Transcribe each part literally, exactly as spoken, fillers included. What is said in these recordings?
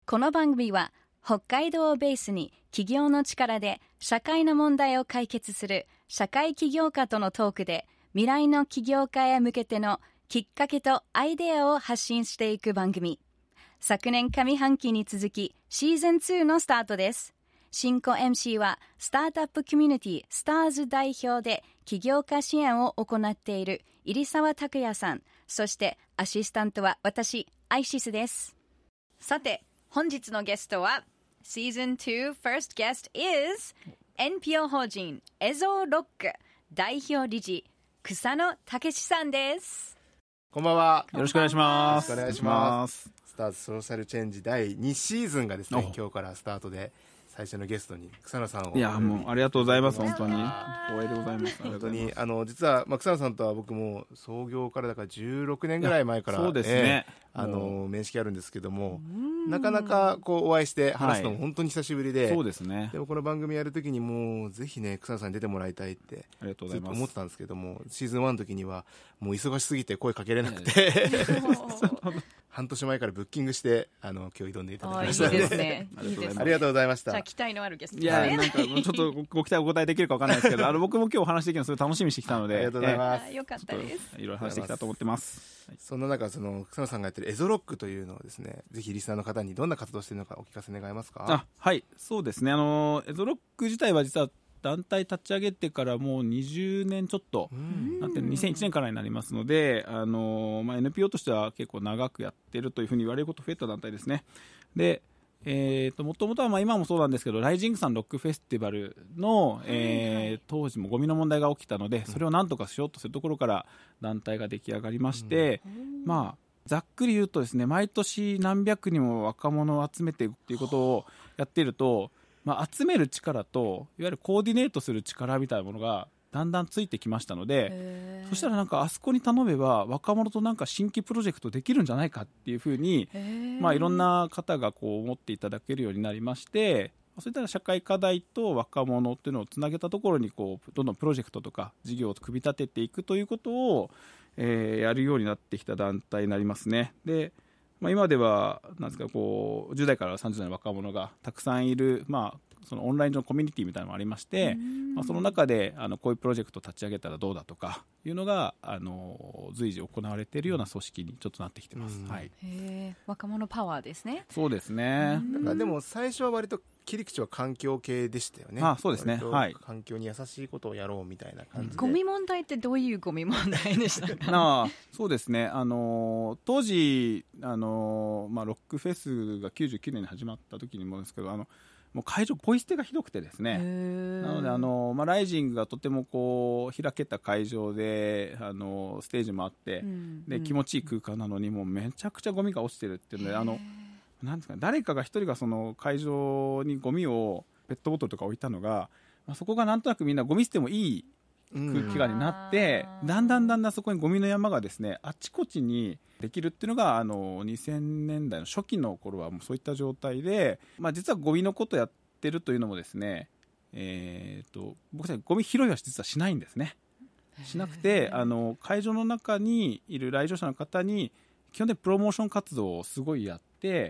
この番組は北海道をベースに企業の力で社会の問題を解決する社会起業家とのトークで、未来の起業家へ向けてのきっかけとアイデアを発信していく番組。昨年上半期に続きシーズンツーのスタートです。進行 エムシー はスタートアップコミュニティスターズ代表で起業家支援を行っている入澤拓也さん、そしてアシスタントは私アイシスです。さて本日のゲストは シーズンツー First Guest is エヌピーオー 法人エゾロック代表理事草野武さんです。 こんばんは。 よろしくお願いします。 よろしくお願いします。スターズソーシャルチェンジだいにシーズンがですね、今日からスタートで最初のゲストに草野さんを。 いやもうありがとうございます。本当に光栄でございます。 本当にあの実は、まあ、草野さんとは僕も創業からだからじゅうろくねんぐらい前からそうですね、 えー、あの面識あるんですけども、なかなかこうお会いして話すのも本当に久しぶりで、 はい、そうですね。 でもこの番組やるときにもうぜひね草野さんに出てもらいたいってずっと思ってたんですけども、シーズンワンの時にはもう忙しすぎて声かけれなくて半年前からブッキングしてあの今日挑んでいただきましたので、 いいですね。いいですね。 ありがとうございました。 じゃあ期待のあるゲストですね。いやなんかちょっとご期待お答えできるかわからないですけどあの僕も今日お話できるのすごい楽しみにしてきたのでありがとうございます。 よかったです。 いろいろ話してきたと思ってます。 はい、そんな中その草野さんがやってるエゾロックというのをですね、ぜひリスナーの方にどんな活動しているのかお聞かせ願えますか。 あはいそうですね、あのエゾロック自体は実は団体立ち上げてからもうにじゅうねんちょっとなんてにせんいちねんからになりますので、あの、まあ、エヌピーオー としては結構長くやってるというふうに言われること増えた団体ですね。でえー、ともともとはまあ今もそうなんですけどライジングさんロックフェスティバルの、えー、当時もゴミの問題が起きたのでそれをなんとかしようとするところから団体が出来上がりまして、うん、まあざっくり言うとですね、毎年何百人も若者を集めていくっていうことをやっていると、まあ、集める力といわゆるコーディネートする力みたいなものがだんだんついてきましたので、そしたらなんかあそこに頼めば若者となんか新規プロジェクトできるんじゃないかっていうふうに、まあ、いろんな方がこう思っていただけるようになりまして、そういった社会課題と若者っていうのをつなげたところにこうどんどんプロジェクトとか事業を組み立てていくということを、えー、やるようになってきた団体になりますね。でまあ、今ではなんですかこうじゅう代からさんじゅう代の若者がたくさんいる、まあ、そのオンライン上のコミュニティみたいなのもありまして、まあ、その中であのこういうプロジェクトを立ち上げたらどうだとかいうのがあの随時行われているような組織にちょっとなってきてます。はい、 へ若者パワーですね。 そうですね。 だからでも最初は割と切り口は環境系でしたよね。 あそうですね、はい、 環境に優しいことをやろうみたいな感じで、 ゴミ問題ってどういうゴミ問題でしたか。 あそうですね、あの当時あの、まあ、ロックフェスがきゅうじゅうきゅうねんに始まった時にもですけど、あのもう会場ポイ捨てがひどくてですね、なのであの、まあ、ライジングがとてもこう開けた会場であのステージもあって、うん、で気持ちいい空間なのにもうめちゃくちゃゴミが落ちてるっていうので、あのなんですかね、誰かが一人がその会場にゴミをペットボトルとか置いたのが、まあ、そこがなんとなくみんなゴミ捨てもいい空気感になって、うん、だんだんだんだんそこにゴミの山がですねあちこちにできるっていうのがあのにせんねんだいの初期の頃はもうそういった状態で、まあ、実はゴミのことやってるというのもですね、えー、と僕たちゴミ拾いは実はしないんですね。しなくてあの会場の中にいる来場者の方に基本的にプロモーション活動をすごいやって、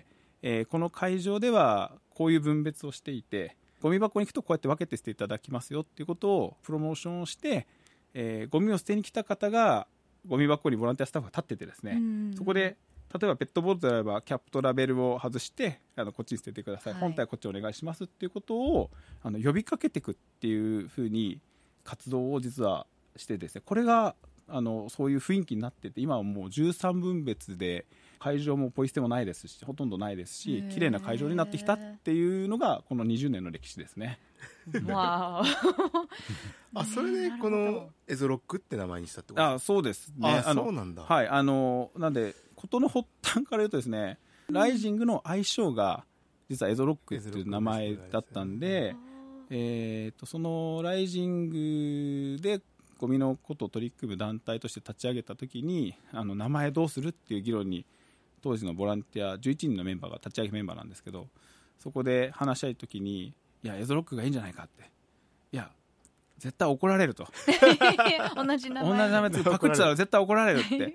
えー、この会場ではこういう分別をしていてゴミ箱に行くとこうやって分けて捨てていただきますよっていうことをプロモーションをして、えー、ゴミを捨てに来た方がゴミ箱にボランティアスタッフが立っててですね、そこで例えばペットボトルであればキャップとラベルを外してあのこっちに捨ててください、はい、本体はこっちお願いしますっていうことをあの呼びかけていくっていうふうに活動を実はしてですね、これがあのそういう雰囲気になってて今はもうじゅうさんぶん別で会場もポイ捨てもないですしほとんどないですし綺麗な会場になってきたっていうのがこのにじゅうねんの歴史ですね。 わあそれでこのエゾロックって名前にしたってことですか。 あそうですね。 ああそうなんだ。 はい、あのなんで事の発端から言うとですね、うん、ライジングの愛称が実はエゾロックっていう名前だったんで、えー、とそのライジングでゴミのことを取り組む団体として立ち上げたときにあの名前どうするっていう議論に当時のボランティアじゅういちにんのメンバーが立ち上げメンバーなんですけど、そこで話し合いときにいやエゾロックがいいんじゃないかって、いや絶対怒られると同じ名前同じ名前でパクっちゃう絶対怒られるって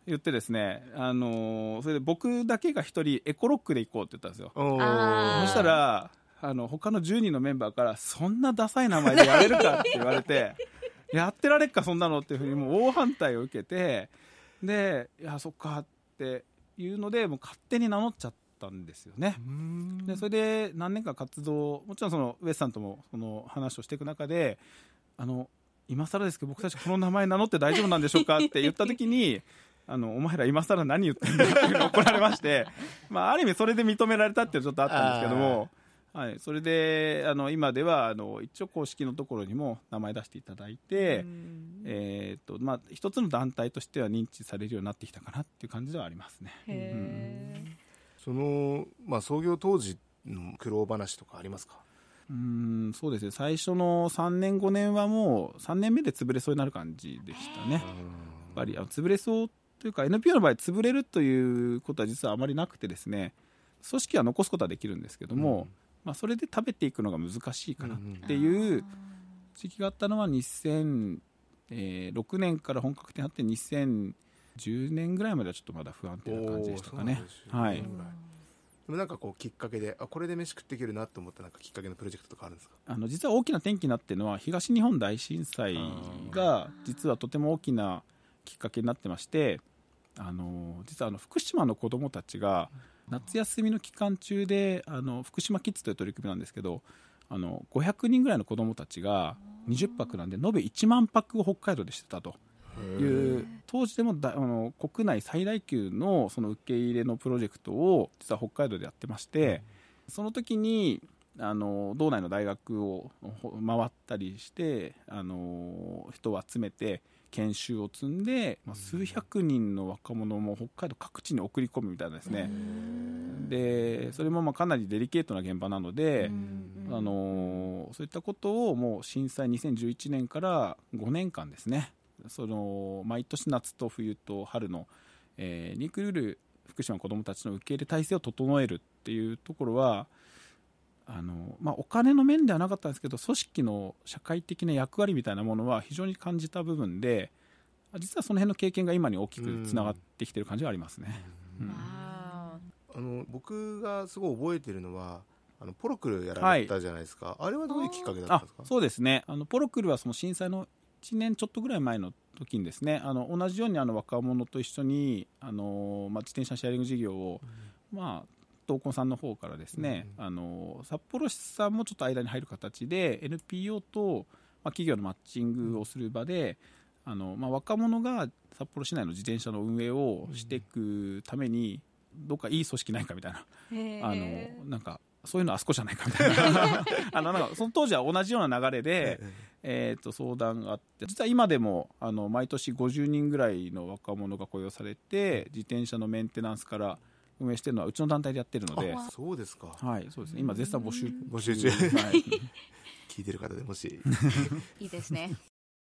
言ってですね、あのー、それで僕だけが一人エコロックで行こうって言ったんですよ。そしたらあの他のじゅうにんのメンバーからそんなダサい名前でやれるかって言われてやってられっかそんなのっていうふうにもう大反対を受けて、でいやそっかっていうのでもう勝手に名乗っちゃったんですよね。でそれで何年か活動、もちろんそのウエスさんともその話をしていく中で、あの今更ですけど僕たちこの名前名乗って大丈夫なんでしょうかって言った時にあのお前ら今更何言ってんだっていうのを怒られまして、まあ、ある意味それで認められたっていうのはちょっとあったんですけども、はい、それであの今ではあの一応公式のところにも名前出していただいて、えーとまあ、一つの団体としては認知されるようになってきたかなっていう感じではありますね。 へー、 その、まあ、創業当時の苦労話とかありますか？ うーんそうですね、最初のさんねんごねんはもうさんねんめで潰れそうになる感じでしたね。やっぱりあの潰れそうというか エヌピーオー の場合潰れるということは実はあまりなくてですね、組織は残すことはできるんですけども、うんまあ、それで食べていくのが難しいかなっていう時期があったのはにせんろくねんから本格的になってにせんじゅうねんぐらいまではちょっとまだ不安定な感じでしたかね。はい、 でもなんかこうきっかけであこれで飯食っていけるなと思ったなんかきっかけのプロジェクトとかあるんですか？ あの実は大きな転機になっているのは東日本大震災が実はとても大きなきっかけになってまして、あの実はあの福島の子どもたちが夏休みの期間中であの福島キッズという取り組みなんですけど、あのごひゃくにんぐらいの子どもたちがにじゅっぱくなんで延べいちまんぱくを北海道でしてたという当時でもだあの国内最大級 の, その受け入れのプロジェクトを実は北海道でやってまして、その時にあの道内の大学を回ったりしてあの人を集めて研修を積んで、まあ、数百人の若者も北海道各地に送り込むみたいなですね。でそれもまあかなりデリケートな現場なので、あのそういったことをもう震災にせんじゅういちねんからごねんかんですね、その毎年夏と冬と春の、えー、に来る福島の子どもたちの受け入れ体制を整えるっていうところはあの、まあ、お金の面ではなかったんですけど組織の社会的な役割みたいなものは非常に感じた部分で、実はその辺の経験が今に大きくつながってきている感じはありますね。うんうん、 あの僕がすごい覚えているのはあのポロクルやられたじゃないですか、はい、あれはどういうきっかけだったんですか？ あそうですね、あのポロクルはその震災のいちねんちょっとぐらい前の時にですね、あの同じようにあの若者と一緒にあの、まあ、自転車シェアリング事業を、うんまあ東根さんの方からですね、うん、あの札幌市さんもちょっと間に入る形で エヌピーオー と、まあ、企業のマッチングをする場で、うんあのまあ、若者が札幌市内の自転車の運営をしていくために、うん、どっかいい組織ないかみたいな、あのなんかそういうのあそこじゃないかみたいなあのなんかその当時は同じような流れで、えー、と相談があって、実は今でもあの毎年ごじゅうにんぐらいの若者が雇用されて自転車のメンテナンスから運営しているのはうちの団体でやってるので。 あそうですか。 はいそうですね、今絶賛募集募集中、はい、聞いてる方でもしいいですね。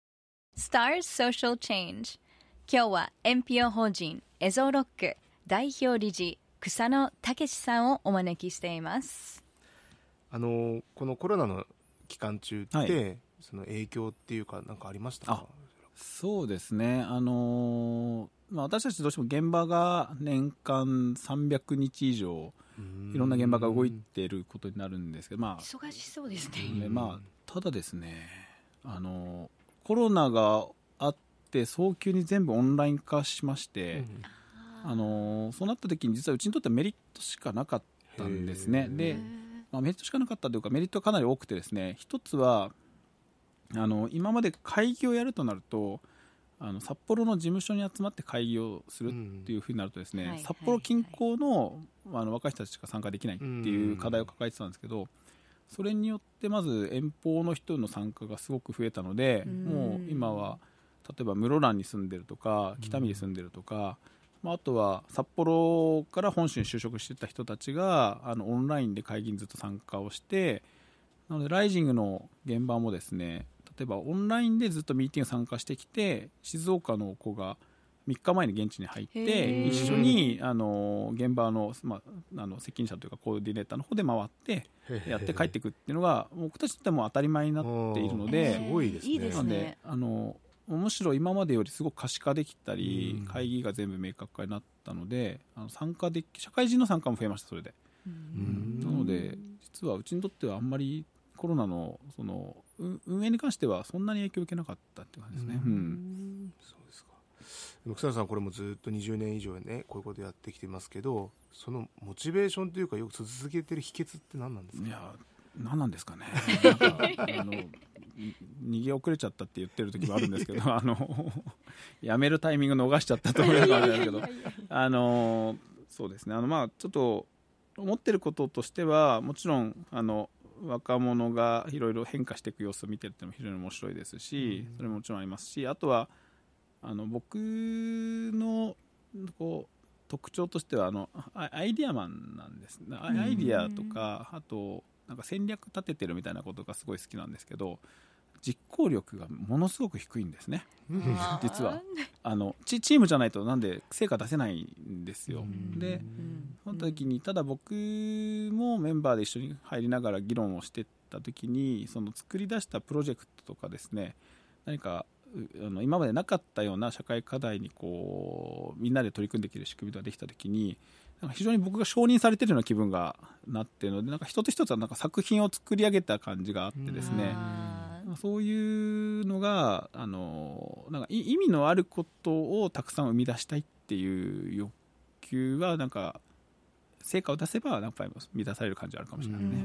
Stars Social Change、 今日は エヌピーオー 法人エゾロック代表理事草野武さんをお招きしています。 あのこのコロナの期間中って、はい、その影響っていうか何かありましたか？ あそうですね、あのーまあ、私たちどうしても現場が年間さんびゃくにち以上いろんな現場が動いていることになるんですけど、まあ、 忙しそうですね。 まあ、ただですね、あのコロナがあって早急に全部オンライン化しまして、うん、あのそうなった時に実はうちにとってはメリットしかなかったんですね。で、まあ、メリットしかなかったというかメリットはかなり多くてですね、一つはあの今まで会議をやるとなるとあの札幌の事務所に集まって会議をするっていうふうになるとですね、うん、札幌近郊 の,、あの若い人たちしか参加できないっていう課題を抱えてたんですけど、それによってまず遠方の人の参加がすごく増えたので、うん、もう今は例えば室蘭に住んでるとか北見に住んでるとか、うんまあ、あとは札幌から本州に就職してた人たちがあのオンラインで会議にずっと参加をして、なのでライジングの現場もですね、例えばオンラインでずっとミーティング参加してきて、静岡の子がみっかまえに現地に入って一緒にあの現場の、まあ、あの責任者というかコーディネーターの方で回ってやって帰っていくっていうのが僕たちでも当たり前になっているので、 すごいですね。 いいですね。 なのであのむしろ今までよりすごく可視化できたり、うん、会議が全部明確化になったので、あの参加で社会人の参加も増えました。それで、うん、なので実はうちにとってはあんまりコロナ の, その運営に関してはそんなに影響を受けなかったっていう感じですね。うんうん、 そうですか。でも草野さん、これもずっとにじゅうねん以上ねこういうことやってきてますけど、そのモチベーションというかよく続けてる秘訣って何なんですか？ いや何なんですかね。なんかあの逃げ遅れちゃったって言ってる時もあるんですけどあのやめるタイミング逃しちゃったと思うのがあるんですけどあのそうですね、あのまあちょっと思ってることとしては、もちろんあの若者がいろいろ変化していく様子を見てるっていうのも非常に面白いですし、それももちろんありますし、あとはあの僕のこう特徴としてはあのアイディアマンなんですね。アイディアとか、あとなんか戦略立ててるみたいなことがすごい好きなんですけど、実行力がものすごく低いんですね実はあの チ, チームじゃないとなんで成果出せないんですよ。でその時にただ僕もメンバーで一緒に入りながら議論をしていった時に、その作り出したプロジェクトとかですね、何かあの今までなかったような社会課題にこうみんなで取り組んでいける仕組みができた時に、なんか非常に僕が承認されているような気分がなっているので、なんか一つ一つはなんか作品を作り上げた感じがあってですね、そういうのがあのなんか意味のあることをたくさん生み出したいっていう欲求は、なんか成果を出せばなんか満たされる感じあるかもしれないね。うんうん、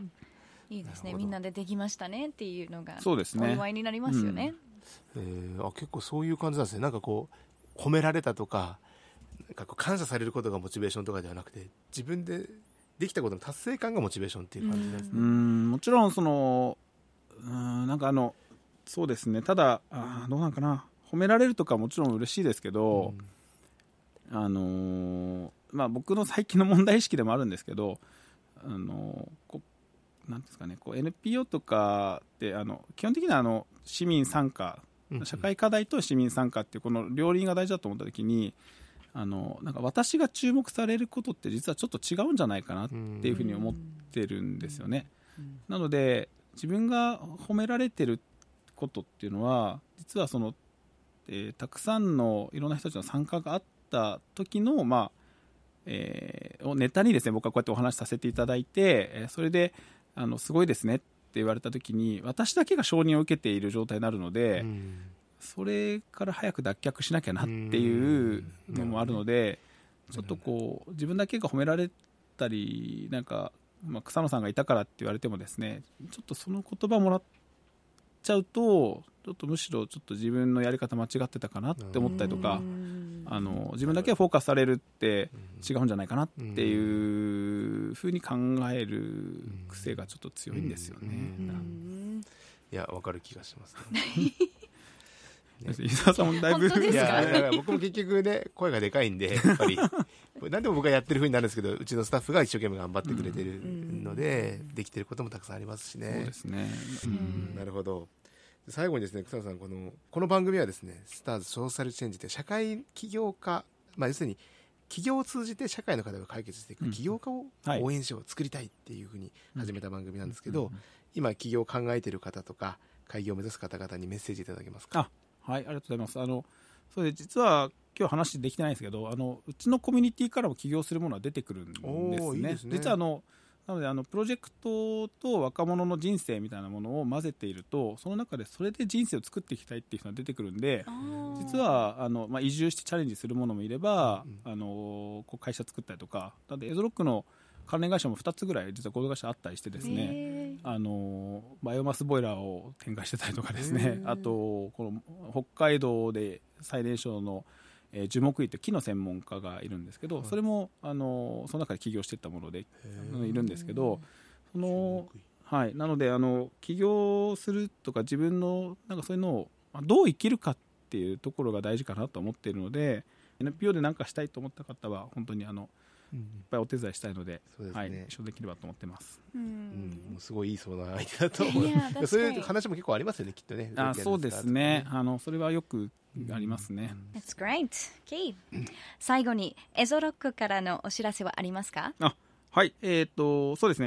いいですね。みんなでできましたねっていうのがそうですね、 お祝いになりますよね。 うんえー、あ結構そういう感じなんですね。なんかこう褒められたとか、なんかこう感謝されることがモチベーションとかではなくて、自分でできたことの達成感がモチベーションっていう感じですね。 うん、もちろんそのうんなんかあのそうですね、ただあどうなんかな、褒められるとかもちろん嬉しいですけど、うん、あのー、まあ僕の最近の問題意識でもあるんですけど、あのー、こなんですかね、こう エヌピーオー とかってあの基本的にはあの市民参加、社会課題と市民参加っていうこの両輪が大事だと思った時に、あのなんか私が注目されることって実はちょっと違うんじゃないかなっていうふうに思ってるんですよね。なので自分が褒められてることっていうのは実はその、えー、たくさんのいろんな人たちの参加があった時の、まあえー、をネタにですね、僕はこうやってお話しさせていただいて、えー、それであのすごいですねって言われた時に私だけが承認を受けている状態になるので、うんそれから早く脱却しなきゃなっていうのもあるので、ちょっとこう自分だけが褒められたり、なんか、まあ、草野さんがいたからって言われてもですね、ちょっとその言葉もらっちゃうとちょっとむしろちょっと自分のやり方間違ってたかなって思ったりとか、あの自分だけがフォーカスされるって違うんじゃないかなっていうふうに考える癖がちょっと強いんですよね。 いや分かる気がしますね伊沢さんもだいぶいやだから僕も結局ね声がでかいんでやっぱり何でも僕がやってる風になるんですけど、うちのスタッフが一生懸命頑張ってくれてるので、うん、できてることもたくさんありますしね。 そうですね、 うん、なるほど。最後にですね、草野さん、このこの番組はですね、スターズソーシャルチェンジで社会起業家、まあ、要するに企業を通じて社会の課題を解決していく起業家を応援しよう、うん、作りたいっていう風に始めた番組なんですけど、うんうんうん、今起業を考えている方とか開業を目指す方々にメッセージいただけますか。 あはい、ありがとうございます。あのそれで実は今日話できてないんですけど、あのうちのコミュニティからも起業するものは出てくるんですね。 いいですね。 実はあのなのであのプロジェクトと若者の人生みたいなものを混ぜていると、その中でそれで人生を作っていきたいっていう人が出てくるんで、実はあの、まあ、移住してチャレンジするものもいれば、うん、あのこう会社作ったりとか、だってエゾロックの関連会社もふたつぐらい実は合同会社あったりしてですね、あのバイオマスボイラーを展開してたりとかですね、あとこの北海道で最年少の、えー、樹木医という木の専門家がいるんですけど、はい、それもあのその中で起業していったものでいるんですけど、その、はい、なのであの起業するとか自分のなんかそういうのをどう生きるかっていうところが大事かなと思っているので、 エヌピーオー で何かしたいと思った方は本当にあのいっぱいお手伝いしたいので、 そうですね、 はい、一緒できればと思ってます。 うん、うん、もうすごいいい相談相手だと思う。yeah, そういう話も結構ありますよね、きっとね。 あ、そうですね、あのそれはよくありますね。 That's great. Okay. 最後にエゾロックからのお知らせはありますか？ あ、はい、えーとそうですね、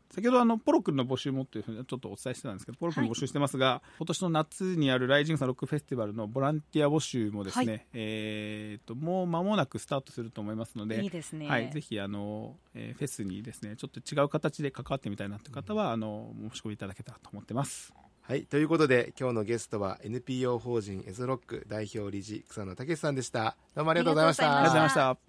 先ほどあのポロ君の募集もというふうにちょっとお伝えしてたんですけど、ポロ君募集してますが、はい、今年の夏にあるライジングさんロックフェスティバルのボランティア募集もですね、はい、えー、ともう間もなくスタートすると思いますので、 いいですね、 はい、ぜひあの、えー、フェスにですねちょっと違う形で関わってみたいなという方は、うん、あの申し込みいただけたらと思ってます。 はい、ということで今日のゲストは エヌピーオー 法人エゾロック代表理事草野武さんでした。どうもありがとうございました。 ありがとうございました。